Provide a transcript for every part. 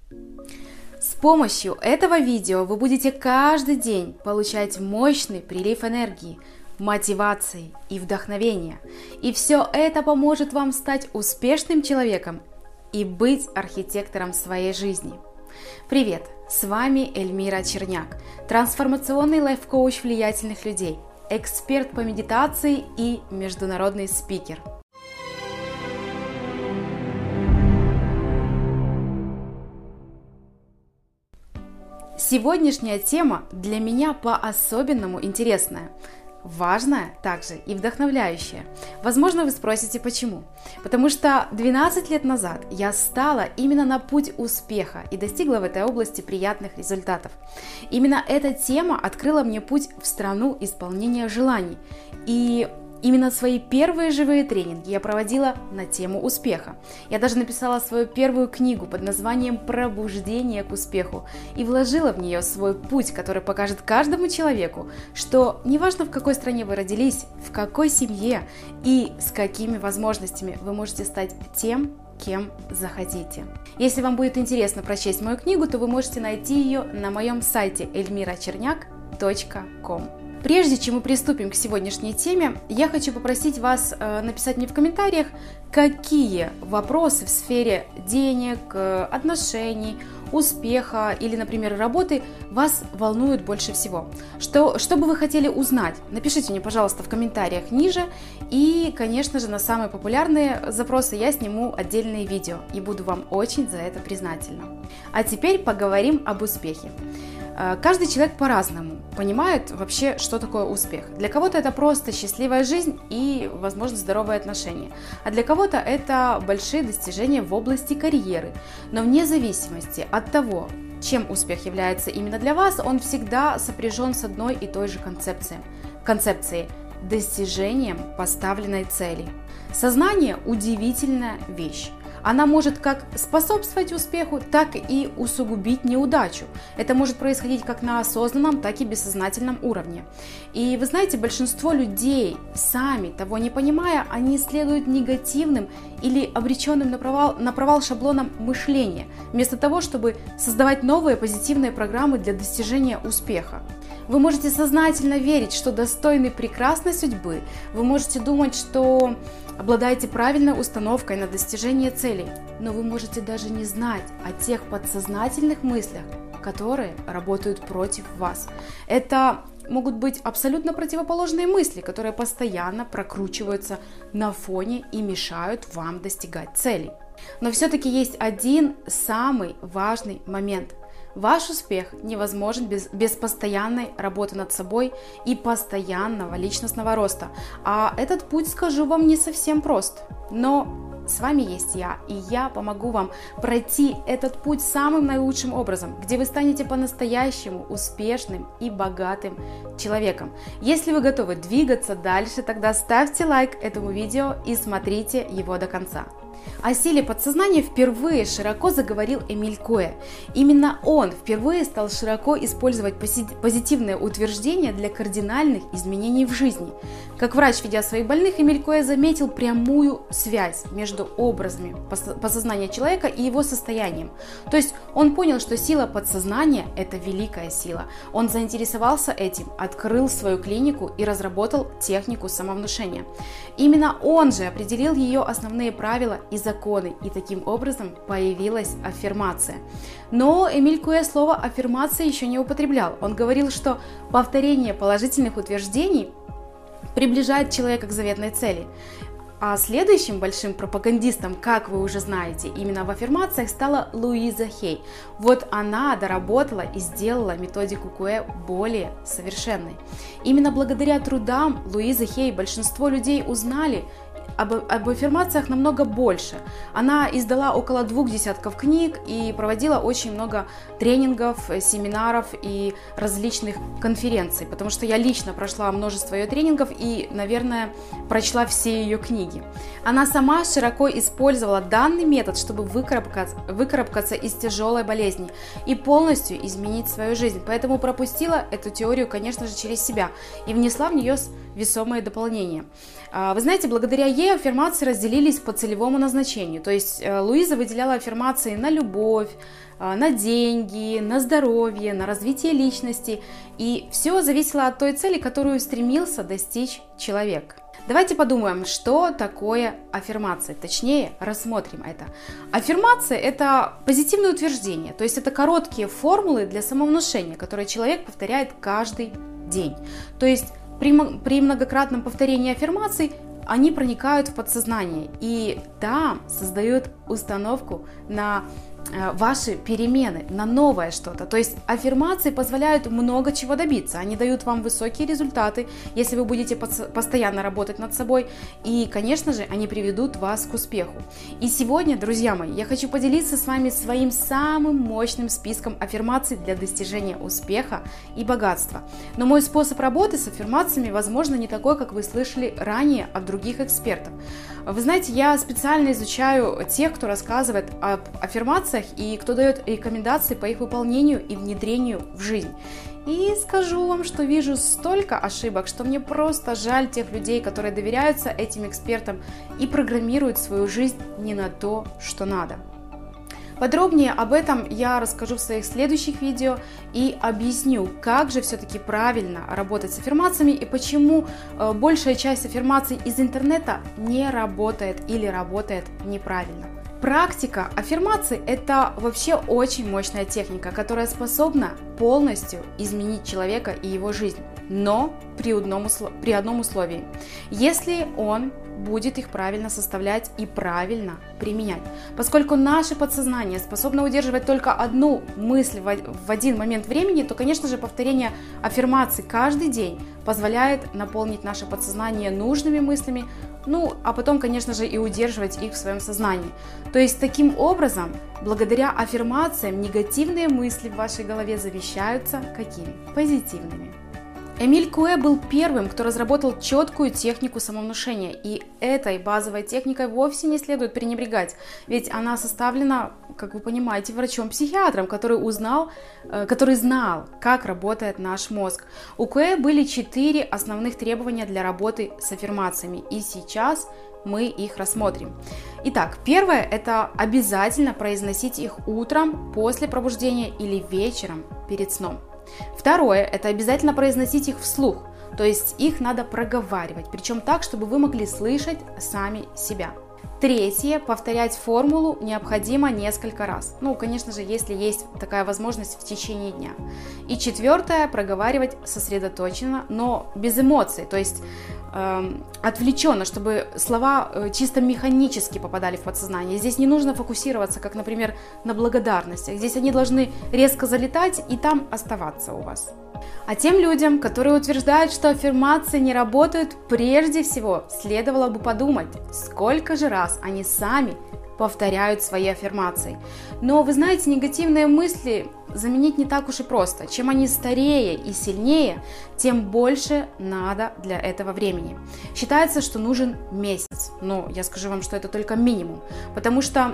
С помощью этого видео вы будете каждый день получать мощный прилив энергии, мотивации и вдохновения. И все это поможет вам стать успешным человеком и быть архитектором своей жизни. Привет! С вами Эльмира Черняк, трансформационный лайф-коуч влиятельных людей, эксперт по медитации и международный спикер. Сегодняшняя тема для меня по-особенному интересная, важная также и вдохновляющая. Возможно, вы спросите, почему? Потому что 12 лет назад я стала именно на путь успеха и достигла в этой области приятных результатов. Именно эта тема открыла мне путь в страну исполнения желаний. И именно свои первые живые тренинги я проводила на тему успеха. Я даже написала свою первую книгу под названием «Пробуждение к успеху» и вложила в нее свой путь, который покажет каждому человеку, что неважно, в какой стране вы родились, в какой семье и с какими возможностями вы можете стать тем, кем захотите. Если вам будет интересно прочесть мою книгу, то вы можете найти ее на моем сайте elmirachernak.com. Прежде чем мы приступим к сегодняшней теме, я хочу попросить вас написать мне в комментариях, какие вопросы в сфере денег, отношений, успеха или, например, работы вас волнуют больше всего. Что бы вы хотели узнать? Напишите мне, пожалуйста, в комментариях ниже. И, конечно же, на самые популярные запросы я сниму отдельные видео и буду вам очень за это признательна. А теперь поговорим об успехе. Каждый человек по-разному понимает вообще, что такое успех. Для кого-то это просто счастливая жизнь и, возможно, здоровые отношения. А для кого-то это большие достижения в области карьеры. Но вне зависимости от того, чем успех является именно для вас, он всегда сопряжен с одной и той же концепцией – достижением поставленной цели. Сознание – удивительная вещь. Она может как способствовать успеху, так и усугубить неудачу. Это может происходить как на осознанном, так и бессознательном уровне. И вы знаете, большинство людей, сами того не понимая, они следуют негативным или обреченным на провал шаблонам мышления, вместо того, чтобы создавать новые позитивные программы для достижения успеха. Вы можете сознательно верить, что достойны прекрасной судьбы. Вы можете думать, что обладаете правильной установкой на достижение целей. Но вы можете даже не знать о тех подсознательных мыслях, которые работают против вас. Это могут быть абсолютно противоположные мысли, которые постоянно прокручиваются на фоне и мешают вам достигать целей. Но все-таки есть один самый важный момент. Ваш успех невозможен без постоянной работы над собой и постоянного личностного роста. А этот путь, скажу вам, не совсем прост. Но с вами есть я, и я помогу вам пройти этот путь самым наилучшим образом, где вы станете по-настоящему успешным и богатым человеком. Если вы готовы двигаться дальше, тогда ставьте лайк этому видео и смотрите его до конца. О силе подсознания впервые широко заговорил Эмиль Куэ. Именно он впервые стал широко использовать позитивные утверждения для кардинальных изменений в жизни. Как врач, ведя своих больных, Эмиль Куэ заметил прямую связь между образами подсознания человека и его состоянием. То есть он понял, что сила подсознания – это великая сила. Он заинтересовался этим, открыл свою клинику и разработал технику самовнушения. Именно он же определил ее основные правила и законы, и таким образом появилась аффирмация. Но Эмиль Куэ слово аффирмация еще не употреблял. Он говорил, что повторение положительных утверждений приближает человека к заветной цели. А следующим большим пропагандистом, как вы уже знаете, именно в аффирмациях стала Луиза Хей. Вот она доработала и сделала методику Куэ более совершенной. Именно благодаря трудам Луизы Хей большинство людей узнали об аффирмациях намного больше. Она издала около 2 десятков книг и проводила очень много тренингов, семинаров и различных конференций, потому что я лично прошла множество ее тренингов и, наверное, прочла все ее книги. Она сама широко использовала данный метод, чтобы выкарабкаться из тяжелой болезни и полностью изменить свою жизнь, поэтому пропустила эту теорию, конечно же, через себя и внесла в нее весомые дополнения. Вы знаете, благодаря ей аффирмации разделились по целевому назначению. То есть Луиза выделяла аффирмации на любовь, на деньги, на здоровье, на развитие личности. И все зависело от той цели, которую стремился достичь человек. Давайте подумаем, что такое аффирмация, точнее рассмотрим это. Аффирмация – это позитивное утверждение, то есть это короткие формулы для самовнушения, которые человек повторяет каждый день. То есть при многократном повторении аффирмаций они проникают в подсознание и там создают установку на ваши перемены, на новое что-то. То есть аффирмации позволяют много чего добиться. Они дают вам высокие результаты, если вы будете постоянно работать над собой. И, конечно же, они приведут вас к успеху. И сегодня, друзья мои, я хочу поделиться с вами своим самым мощным списком аффирмаций для достижения успеха и богатства. Но мой способ работы с аффирмациями, возможно, не такой, как вы слышали ранее от других экспертов. Вы знаете, я специально изучаю тех, кто рассказывает об аффирмациях и кто дает рекомендации по их выполнению и внедрению в жизнь. И скажу вам, что вижу столько ошибок, что мне просто жаль тех людей, которые доверяются этим экспертам и программируют свою жизнь не на то, что надо. Подробнее об этом я расскажу в своих следующих видео и объясню, как же все-таки правильно работать с аффирмациями и почему большая часть аффирмаций из интернета не работает или работает неправильно. Практика аффирмаций – это вообще очень мощная техника, которая способна полностью изменить человека и его жизнь, но при одном условии – если он будет их правильно составлять и правильно применять. Поскольку наше подсознание способно удерживать только одну мысль в один момент времени, то, конечно же, повторение аффирмаций каждый день позволяет наполнить наше подсознание нужными мыслями, а потом, конечно же, и удерживать их в своем сознании. То есть, таким образом, благодаря аффирмациям негативные мысли в вашей голове замещаются какими? Позитивными. Эмиль Куэ был первым, кто разработал четкую технику самовнушения, и этой базовой техникой вовсе не следует пренебрегать, ведь она составлена, как вы понимаете, врачом-психиатром, который знал, как работает наш мозг. У Куэ были 4 основных требования для работы с аффирмациями, и сейчас мы их рассмотрим. Итак, первое – это обязательно произносить их утром после пробуждения или вечером перед сном. Второе – это обязательно произносить их вслух, то есть их надо проговаривать, причем так, чтобы вы могли слышать сами себя. Третье – повторять формулу необходимо несколько раз, конечно же, если есть такая возможность в течение дня. И четвертое – проговаривать сосредоточенно, но без эмоций, то есть отвлеченно, чтобы слова чисто механически попадали в подсознание. Здесь не нужно фокусироваться, как, например, на благодарностях. Здесь они должны резко залетать и там оставаться у вас. А тем людям, которые утверждают, что аффирмации не работают, прежде всего следовало бы подумать, сколько же раз они сами повторяют свои аффирмации. Но вы знаете, негативные мысли заменить не так уж и просто. Чем они старее и сильнее, тем больше надо для этого времени. Считается, что нужен месяц, но я скажу вам, что это только минимум, потому что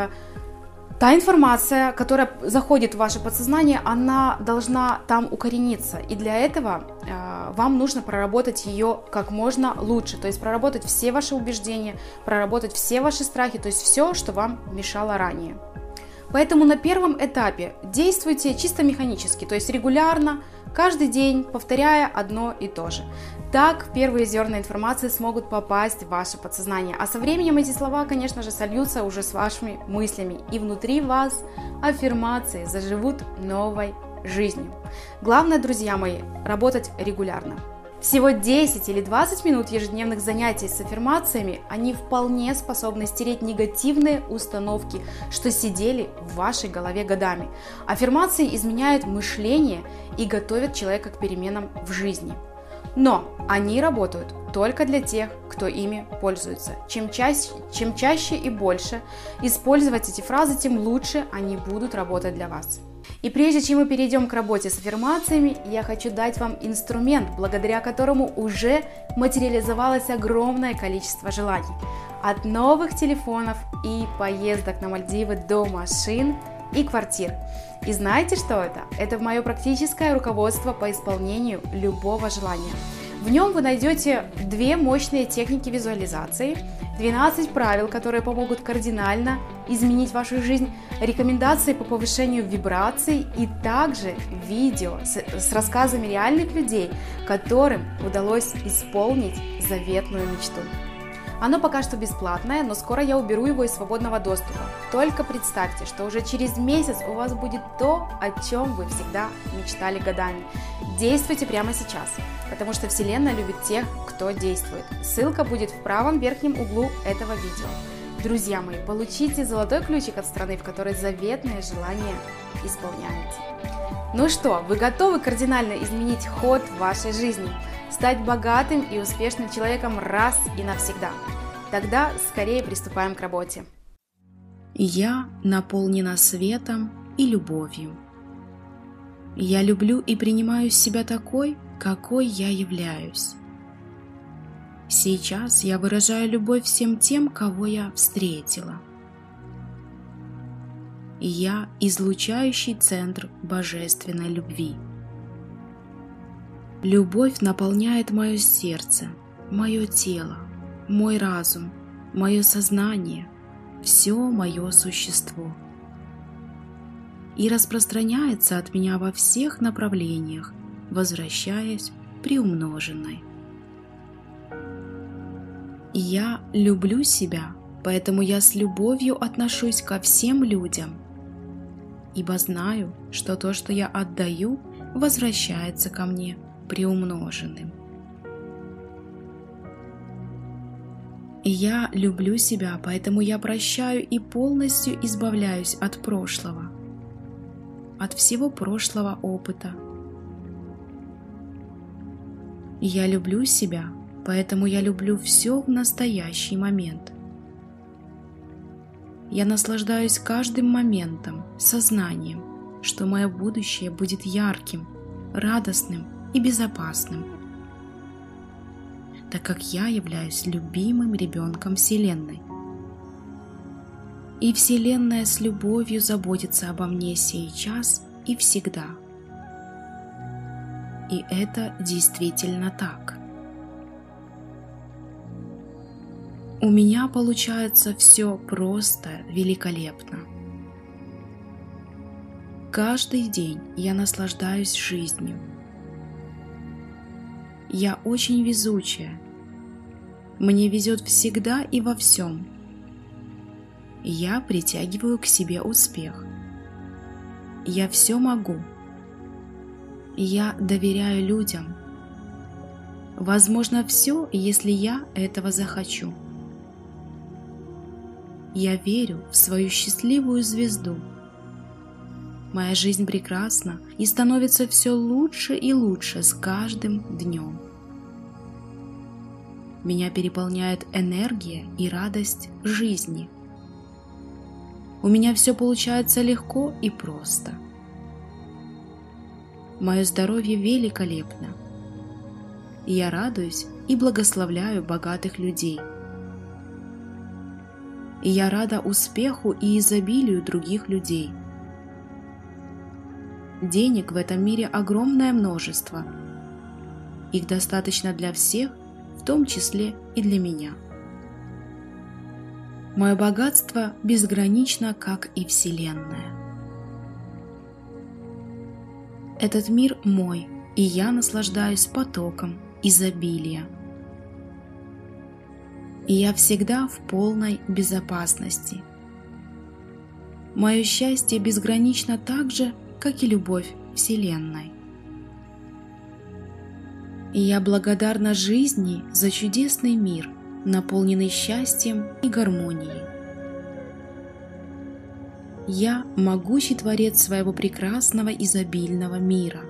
та информация, которая заходит в ваше подсознание, она должна там укорениться. И для этого вам нужно проработать ее как можно лучше. То есть проработать все ваши убеждения, проработать все ваши страхи, то есть все, что вам мешало ранее. Поэтому на первом этапе действуйте чисто механически, то есть регулярно, каждый день, повторяя одно и то же. Так первые зерна информации смогут попасть в ваше подсознание. А со временем эти слова, конечно же, сольются уже с вашими мыслями. И внутри вас аффирмации заживут новой жизнью. Главное, друзья мои, работать регулярно. Всего 10 или 20 минут ежедневных занятий с аффирмациями, они вполне способны стереть негативные установки, что сидели в вашей голове годами. Аффирмации изменяют мышление и готовят человека к переменам в жизни. Но они работают только для тех, кто ими пользуется. Чем чаще и больше использовать эти фразы, тем лучше они будут работать для вас. И прежде чем мы перейдем к работе с аффирмациями, я хочу дать вам инструмент, благодаря которому уже материализовалось огромное количество желаний. От новых телефонов и поездок на Мальдивы до машин и квартир. И знаете, что это? Это мое практическое руководство по исполнению любого желания. В В нем вы найдете 2 мощные техники визуализации, 12 правил, которые помогут кардинально изменить вашу жизнь, рекомендации по повышению вибраций и также видео с рассказами реальных людей, которым удалось исполнить заветную мечту. Оно пока что бесплатное, но скоро я уберу его из свободного доступа. Только представьте, что уже через месяц у вас будет то, о чем вы всегда мечтали годами. Действуйте прямо сейчас, потому что Вселенная любит тех, кто действует. Ссылка будет в правом верхнем углу этого видео. Друзья мои, получите золотой ключик от страны, в которой заветные желания исполняете. Ну что, вы готовы кардинально изменить ход вашей жизни? Стать богатым и успешным человеком раз и навсегда? Тогда скорее приступаем к работе. Я наполнена светом и любовью. Я люблю и принимаю себя такой, какой я являюсь. Сейчас я выражаю любовь всем тем, кого я встретила. Я излучающий центр божественной любви. Любовь наполняет мое сердце, мое тело, мой разум, мое сознание, все мое существо. И распространяется от меня во всех направлениях, возвращаясь приумноженной. Я люблю себя, поэтому я с любовью отношусь ко всем людям, ибо знаю, что то, что я отдаю, возвращается ко мне приумноженным. Я люблю себя, поэтому я прощаю и полностью избавляюсь от прошлого, от всего прошлого опыта. Я люблю себя, поэтому я люблю все в настоящий момент. Я наслаждаюсь каждым моментом, сознанием, что мое будущее будет ярким, радостным и безопасным, так как я являюсь любимым ребенком Вселенной. И Вселенная с любовью заботится обо мне сейчас и всегда. И это действительно так. У меня получается все просто великолепно. Каждый день я наслаждаюсь жизнью. Я очень везучая. Мне везет всегда и во всем. Я притягиваю к себе успех. Я все могу. Я доверяю людям. Возможно все, если я этого захочу. Я верю в свою счастливую звезду. Моя жизнь прекрасна и становится все лучше и лучше с каждым днем. Меня переполняет энергия и радость жизни. У меня все получается легко и просто. Мое здоровье великолепно. Я радуюсь и благословляю богатых людей. И я рада успеху и изобилию других людей. Денег в этом мире огромное множество. Их достаточно для всех, в том числе и для меня. Мое богатство безгранично, как и Вселенная. Этот мир мой, и я наслаждаюсь потоком изобилия. И я всегда в полной безопасности. Мое счастье безгранично так же, как и любовь Вселенной. И я благодарна жизни за чудесный мир, наполненный счастьем и гармонией. Я могучий творец своего прекрасного изобильного мира.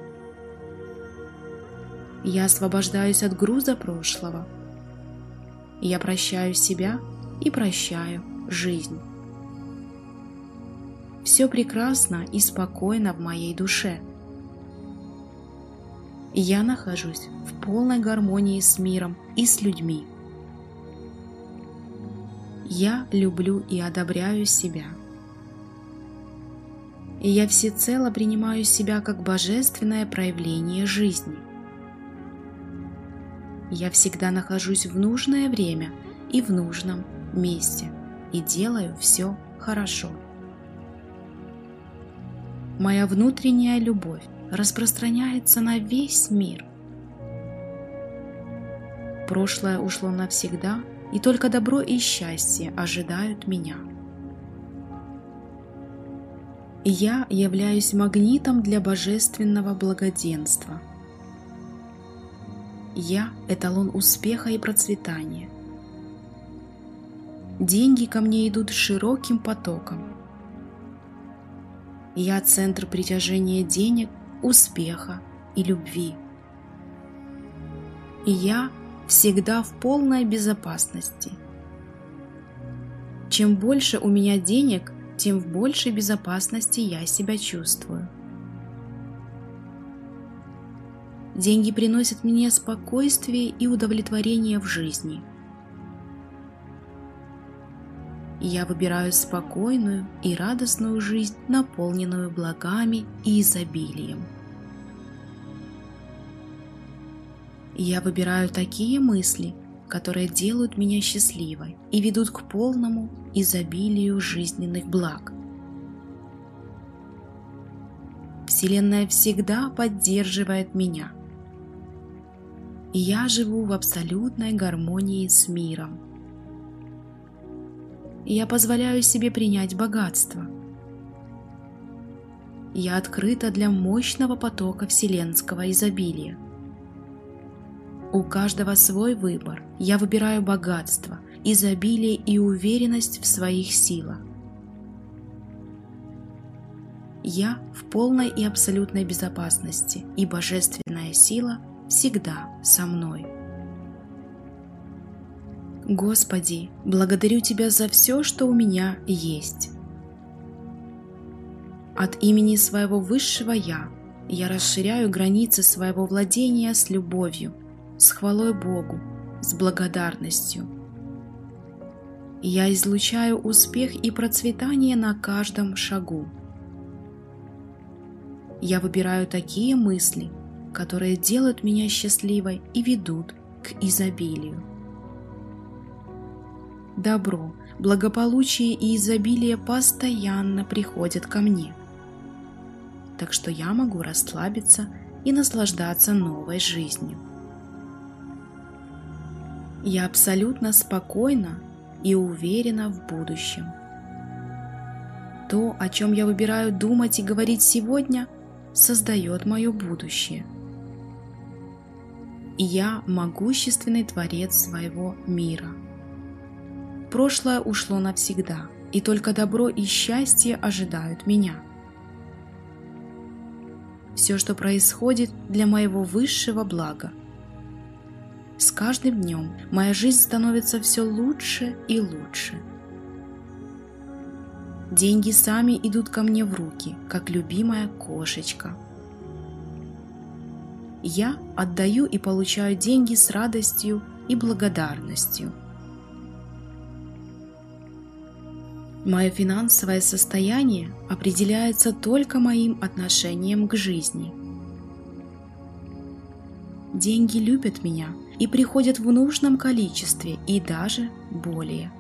Я освобождаюсь от груза прошлого. Я прощаю себя и прощаю жизнь. Все прекрасно и спокойно в моей душе. Я нахожусь в полной гармонии с миром и с людьми. Я люблю и одобряю себя. И я всецело принимаю себя как божественное проявление жизни. Я всегда нахожусь в нужное время и в нужном месте и делаю все хорошо. Моя внутренняя любовь распространяется на весь мир. Прошлое ушло навсегда, и только добро и счастье ожидают меня. Я являюсь магнитом для божественного благоденства. Я – эталон успеха и процветания. Деньги ко мне идут широким потоком. Я – центр притяжения денег, успеха и любви. И я всегда в полной безопасности. Чем больше у меня денег, тем в большей безопасности я себя чувствую. Деньги приносят мне спокойствие и удовлетворение в жизни. Я выбираю спокойную и радостную жизнь, наполненную благами и изобилием. Я выбираю такие мысли, которые делают меня счастливой и ведут к полному изобилию жизненных благ. Вселенная всегда поддерживает меня. И я живу в абсолютной гармонии с миром. Я позволяю себе принять богатство. Я открыта для мощного потока вселенского изобилия. У каждого свой выбор. Я выбираю богатство, изобилие и уверенность в своих силах. Я в полной и абсолютной безопасности, и божественная сила всегда со мной. Господи, благодарю Тебя за все, что у меня есть. От имени своего Высшего Я расширяю границы своего владения с любовью, с хвалой Богу, с благодарностью. Я излучаю успех и процветание на каждом шагу. Я выбираю такие мысли, которые делают меня счастливой и ведут к изобилию. Добро, благополучие и изобилие постоянно приходят ко мне, так что я могу расслабиться и наслаждаться новой жизнью. Я абсолютно спокойна и уверена в будущем. То, о чем я выбираю думать и говорить сегодня, создает мое будущее. И я могущественный творец своего мира. Прошлое ушло навсегда, и только добро и счастье ожидают меня. Все, что происходит, для моего высшего блага. С каждым днем моя жизнь становится все лучше и лучше. Деньги сами идут ко мне в руки, как любимая кошечка. Я отдаю и получаю деньги с радостью и благодарностью. Мое финансовое состояние определяется только моим отношением к жизни. Деньги любят меня и приходят в нужном количестве и даже более.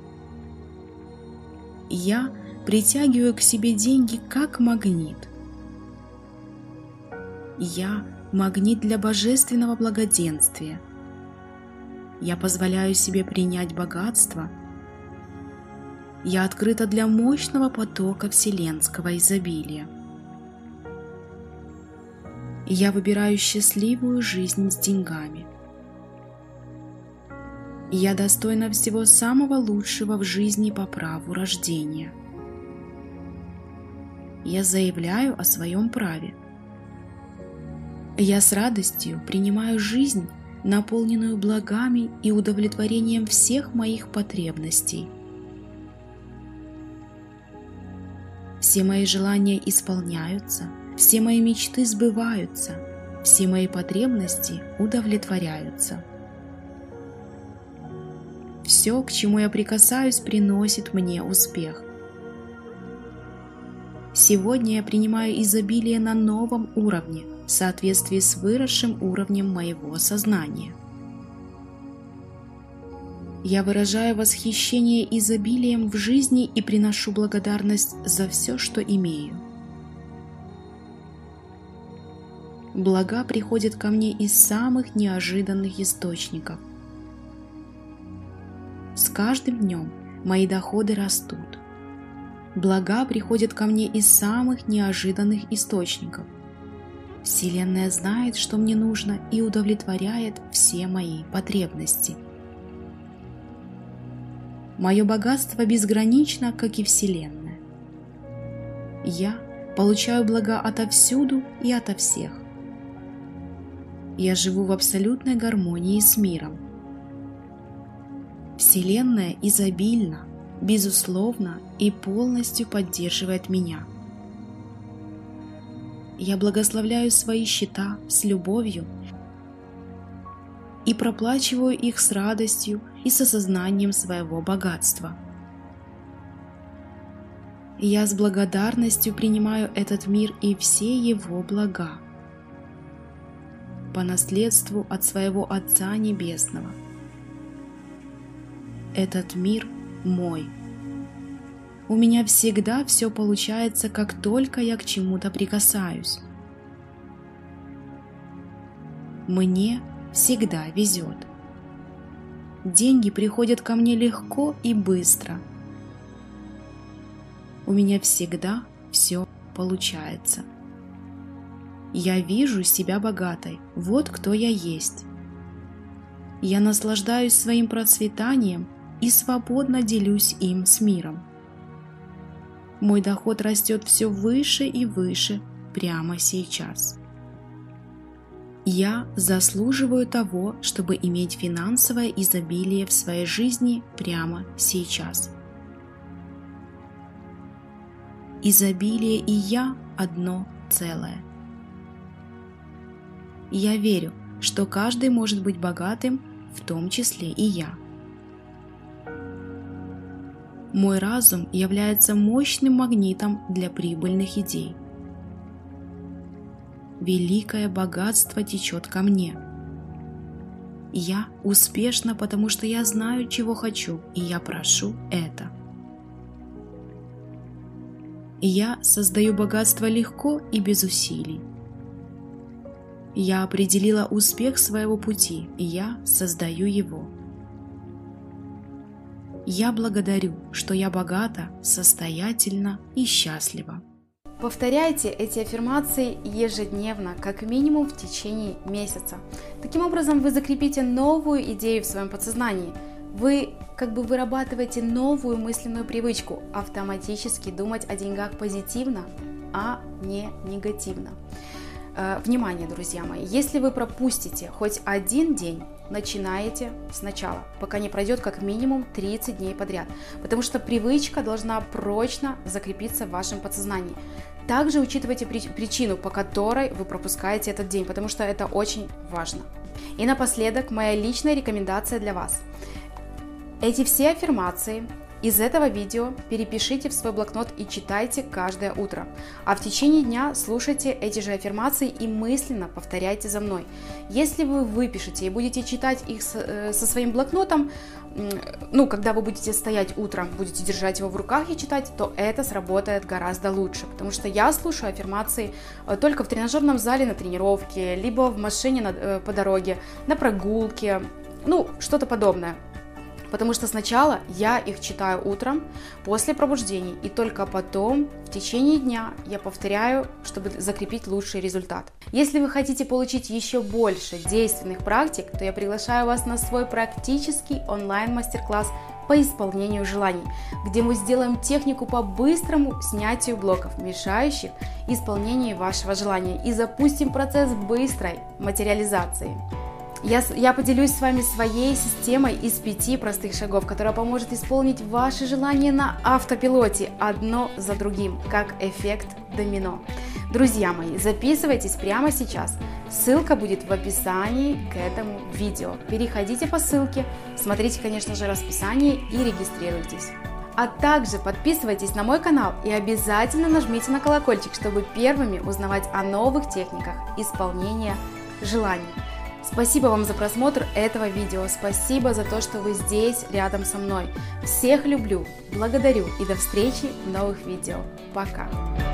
Я притягиваю к себе деньги как магнит. Я магнит для божественного благоденствия. Я позволяю себе принять богатство. Я открыта для мощного потока вселенского изобилия. Я выбираю счастливую жизнь с деньгами. Я достойна всего самого лучшего в жизни по праву рождения. Я заявляю о своем праве. Я с радостью принимаю жизнь, наполненную благами и удовлетворением всех моих потребностей. Все мои желания исполняются, все мои мечты сбываются, все мои потребности удовлетворяются. Все, к чему я прикасаюсь, приносит мне успех. Сегодня я принимаю изобилие на новом уровне, в соответствии с выросшим уровнем моего сознания. Я выражаю восхищение изобилием в жизни и приношу благодарность за все, что имею. Блага приходят ко мне из самых неожиданных источников. С каждым днем мои доходы растут. Блага приходят ко мне из самых неожиданных источников. Вселенная знает, что мне нужно, и удовлетворяет все мои потребности. Мое богатство безгранично, как и Вселенная. Я получаю блага отовсюду и ото всех. Я живу в абсолютной гармонии с миром. Вселенная изобильна, безусловно и полностью поддерживает меня. Я благословляю свои счета с любовью и проплачиваю их с радостью и с осознанием своего богатства. Я с благодарностью принимаю этот мир и все его блага по наследству от своего Отца Небесного. Этот мир мой. У меня всегда все получается, как только я к чему-то прикасаюсь. Мне всегда везет. Деньги приходят ко мне легко и быстро. У меня всегда все получается. Я вижу себя богатой. Вот кто я есть. Я наслаждаюсь своим процветанием и свободно делюсь им с миром. Мой доход растет все выше и выше прямо сейчас. Я заслуживаю того, чтобы иметь финансовое изобилие в своей жизни прямо сейчас. Изобилие и я одно целое. Я верю, что каждый может быть богатым, в том числе и я. Мой разум является мощным магнитом для прибыльных идей. Великое богатство течет ко мне. Я успешна, потому что я знаю, чего хочу, и я прошу это. Я создаю богатство легко и без усилий. Я определила успех своего пути, и я создаю его. Я благодарю, что я богата, состоятельна и счастлива. Повторяйте эти аффирмации ежедневно, как минимум в течение месяца. Таким образом, вы закрепите новую идею в своем подсознании. Вы вырабатываете новую мысленную привычку автоматически думать о деньгах позитивно, а не негативно. Внимание, друзья мои, если вы пропустите хоть один день, начинаете сначала, пока не пройдет как минимум 30 дней подряд, потому что привычка должна прочно закрепиться в вашем подсознании. Также учитывайте причину, по которой вы пропускаете этот день, потому что это очень важно. И напоследок, моя личная рекомендация для вас. Эти все аффирмации из этого видео перепишите в свой блокнот и читайте каждое утро. А в течение дня слушайте эти же аффирмации и мысленно повторяйте за мной. Если вы выпишете и будете читать их со своим блокнотом, когда вы будете стоять утром, будете держать его в руках и читать, то это сработает гораздо лучше. Потому что я слушаю аффирмации только в тренажерном зале на тренировке, либо в машине по дороге, на прогулке, что-то подобное. Потому что сначала я их читаю утром, после пробуждения, и только потом, в течение дня, я повторяю, чтобы закрепить лучший результат. Если вы хотите получить еще больше действенных практик, то я приглашаю вас на свой практический онлайн-мастер-класс по исполнению желаний, где мы сделаем технику по быстрому снятию блоков, мешающих исполнению вашего желания, и запустим процесс быстрой материализации. Я поделюсь с вами своей системой из 5 простых шагов, которая поможет исполнить ваши желания на автопилоте, одно за другим, как эффект домино. Друзья мои, записывайтесь прямо сейчас. Ссылка будет в описании к этому видео. Переходите по ссылке, смотрите, конечно же, расписание и регистрируйтесь. А также подписывайтесь на мой канал и обязательно нажмите на колокольчик, чтобы первыми узнавать о новых техниках исполнения желаний. Спасибо вам за просмотр этого видео, спасибо за то, что вы здесь, рядом со мной. Всех люблю, благодарю и до встречи в новых видео. Пока!